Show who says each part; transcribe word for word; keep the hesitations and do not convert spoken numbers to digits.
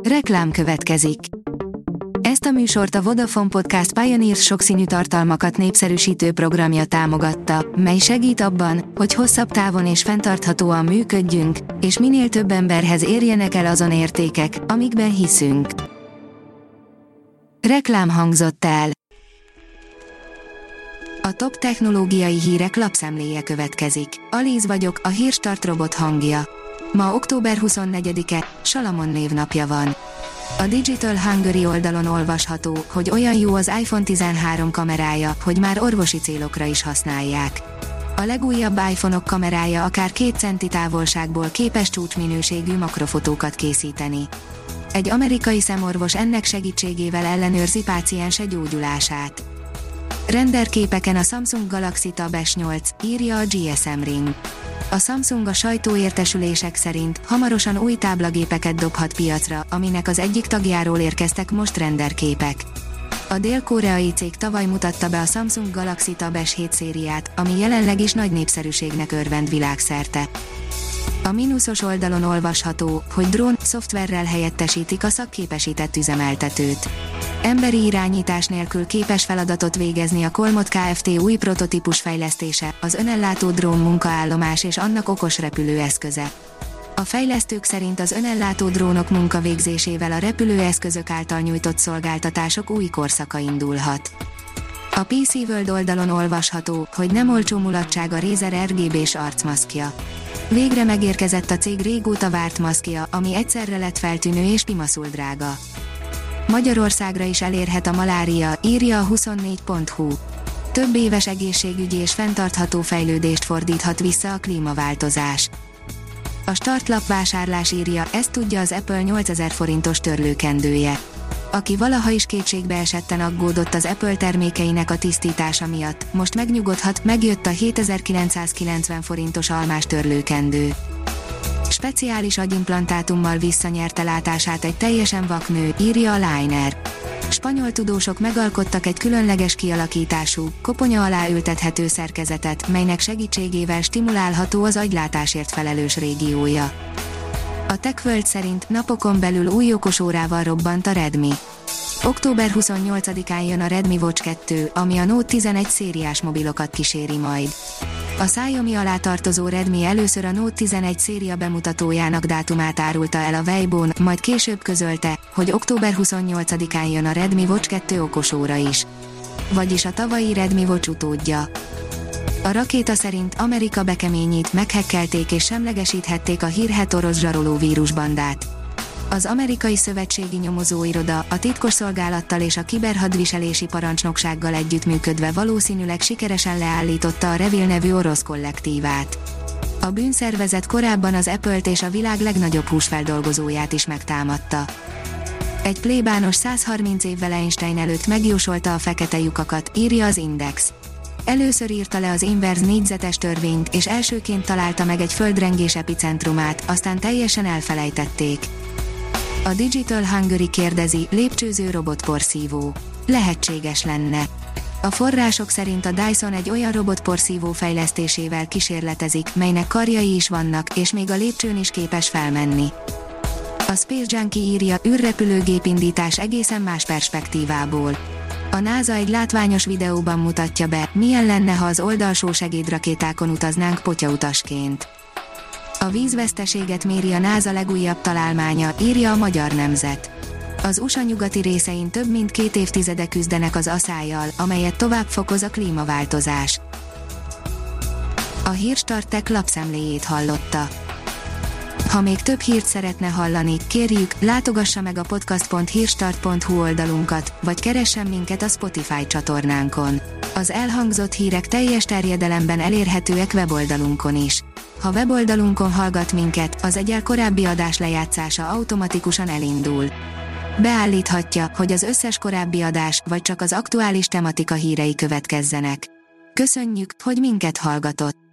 Speaker 1: Reklám következik. Ezt a műsort a Vodafone Podcast Pioneers sokszínű tartalmakat népszerűsítő programja támogatta, mely segít abban, hogy hosszabb távon és fenntarthatóan működjünk, és minél több emberhez érjenek el azon értékek, amikben hiszünk. Reklám hangzott el. A top technológiai hírek lapszemléje következik. Alíz vagyok, a Hírstart robot hangja. Ma október huszonnegyedike, Salamon névnapja van. A Digital Hungary oldalon olvasható, hogy olyan jó az iPhone tizenhárom kamerája, hogy már orvosi célokra is használják. A legújabb iPhone-ok kamerája akár két centi távolságból képes csúcsminőségű makrofotókat készíteni. Egy amerikai szemorvos ennek segítségével ellenőrzi páciense gyógyulását. Renderképeken a Samsung Galaxy Tab es nyolc, írja a gé es em Ring. A Samsung a sajtóértesülések szerint hamarosan új táblagépeket dobhat piacra, aminek az egyik tagjáról érkeztek most renderképek. A dél-koreai cég tavaly mutatta be a Samsung Galaxy Tab es hét szériát, ami jelenleg is nagy népszerűségnek örvend világszerte. A mínuszos oldalon olvasható, hogy drón szoftverrel helyettesítik a szakképesített üzemeltetőt. Emberi irányítás nélkül képes feladatot végezni a Kolmot Kft. Új prototípus fejlesztése, az önellátó drón munkaállomás és annak okos repülőeszköze. A fejlesztők szerint az önellátó drónok munkavégzésével a repülőeszközök által nyújtott szolgáltatások új korszaka indulhat. A pé cé World oldalon olvasható, hogy nem olcsó mulatság a Razer er gé bés arcmaszkja. Végre megérkezett a cég régóta várt maszkja, ami egyszerre lett feltűnő és pimaszul drága. Magyarországra is elérhet a malária, írja a huszonnégy pont hu. Több éves egészségügyi és fenntartható fejlődést fordíthat vissza a klímaváltozás. A startlap vásárlás írja, ezt tudja az Apple nyolcezer forintos törlőkendője. Aki valaha is kétségbe esetten aggódott az Apple termékeinek a tisztítása miatt, most megnyugodhat, megjött a hétezer-kilencszázkilencven forintos almás törlőkendő. Speciális agyimplantátummal visszanyerte látását egy teljesen vak nő, írja a Liner. Spanyol tudósok megalkottak egy különleges kialakítású, koponya alá ültethető szerkezetet, melynek segítségével stimulálható az agylátásért felelős régiója. A TechWorld szerint napokon belül új okosórával robbant a Redmi. október huszonnyolcadikán jön a Redmi Watch kettő, ami a Note tizenegy szériás mobilokat kíséri majd. A Xiaomi alá tartozó Redmi először a Note tizenegy széria bemutatójának dátumát árulta el a Weibo-n, majd később közölte, hogy október huszonnyolcadikán jön a Redmi Watch kettő okosóra is. Vagyis a tavalyi Redmi Watch utódja. A rakéta szerint Amerika bekeményít, meghekkelték és semlegesíthették a hírhedt orosz zsaroló vírusbandát. Az amerikai szövetségi nyomozóiroda a titkosszolgálattal és a kiberhadviselési parancsnoksággal együttműködve valószínűleg sikeresen leállította a Revil nevű orosz kollektívát. A bűnszervezet korábban az Apple-t és a világ legnagyobb húsfeldolgozóját is megtámadta. Egy plébános százharminc évvel Einstein előtt megjósolta a fekete lyukakat, írja az Index. Először írta le az inverz négyzetes törvényt, és elsőként találta meg egy földrengés epicentrumát, aztán teljesen elfelejtették. A Digital Hungary kérdezi, lépcsőző robotporszívó. Lehetséges lenne. A források szerint a Dyson egy olyan robotporszívó fejlesztésével kísérletezik, melynek karjai is vannak, és még a lépcsőn is képes felmenni. A Space Junkie írja, űrrepülőgépindítás egészen más perspektívából. A NASA egy látványos videóban mutatja be, milyen lenne, ha az oldalsó segédrakétákon utaznánk potyautasként. A vízveszteséget méri a NASA legújabb találmánya, írja a Magyar Nemzet. Az u es á nyugati részein több mint két évtizede küzdenek az aszályjal, amelyet tovább fokoz a klímaváltozás. A Hírstart Tech lapszemléjét hallotta. Ha még több hírt szeretne hallani, kérjük, látogassa meg a podcast pont hírstart pont hu oldalunkat, vagy keressen minket a Spotify csatornánkon. Az elhangzott hírek teljes terjedelemben elérhetőek weboldalunkon is. Ha weboldalunkon hallgat minket, az egyel korábbi adás lejátszása automatikusan elindul. Beállíthatja, hogy az összes korábbi adás, vagy csak az aktuális tematika hírei következzenek. Köszönjük, hogy minket hallgatott!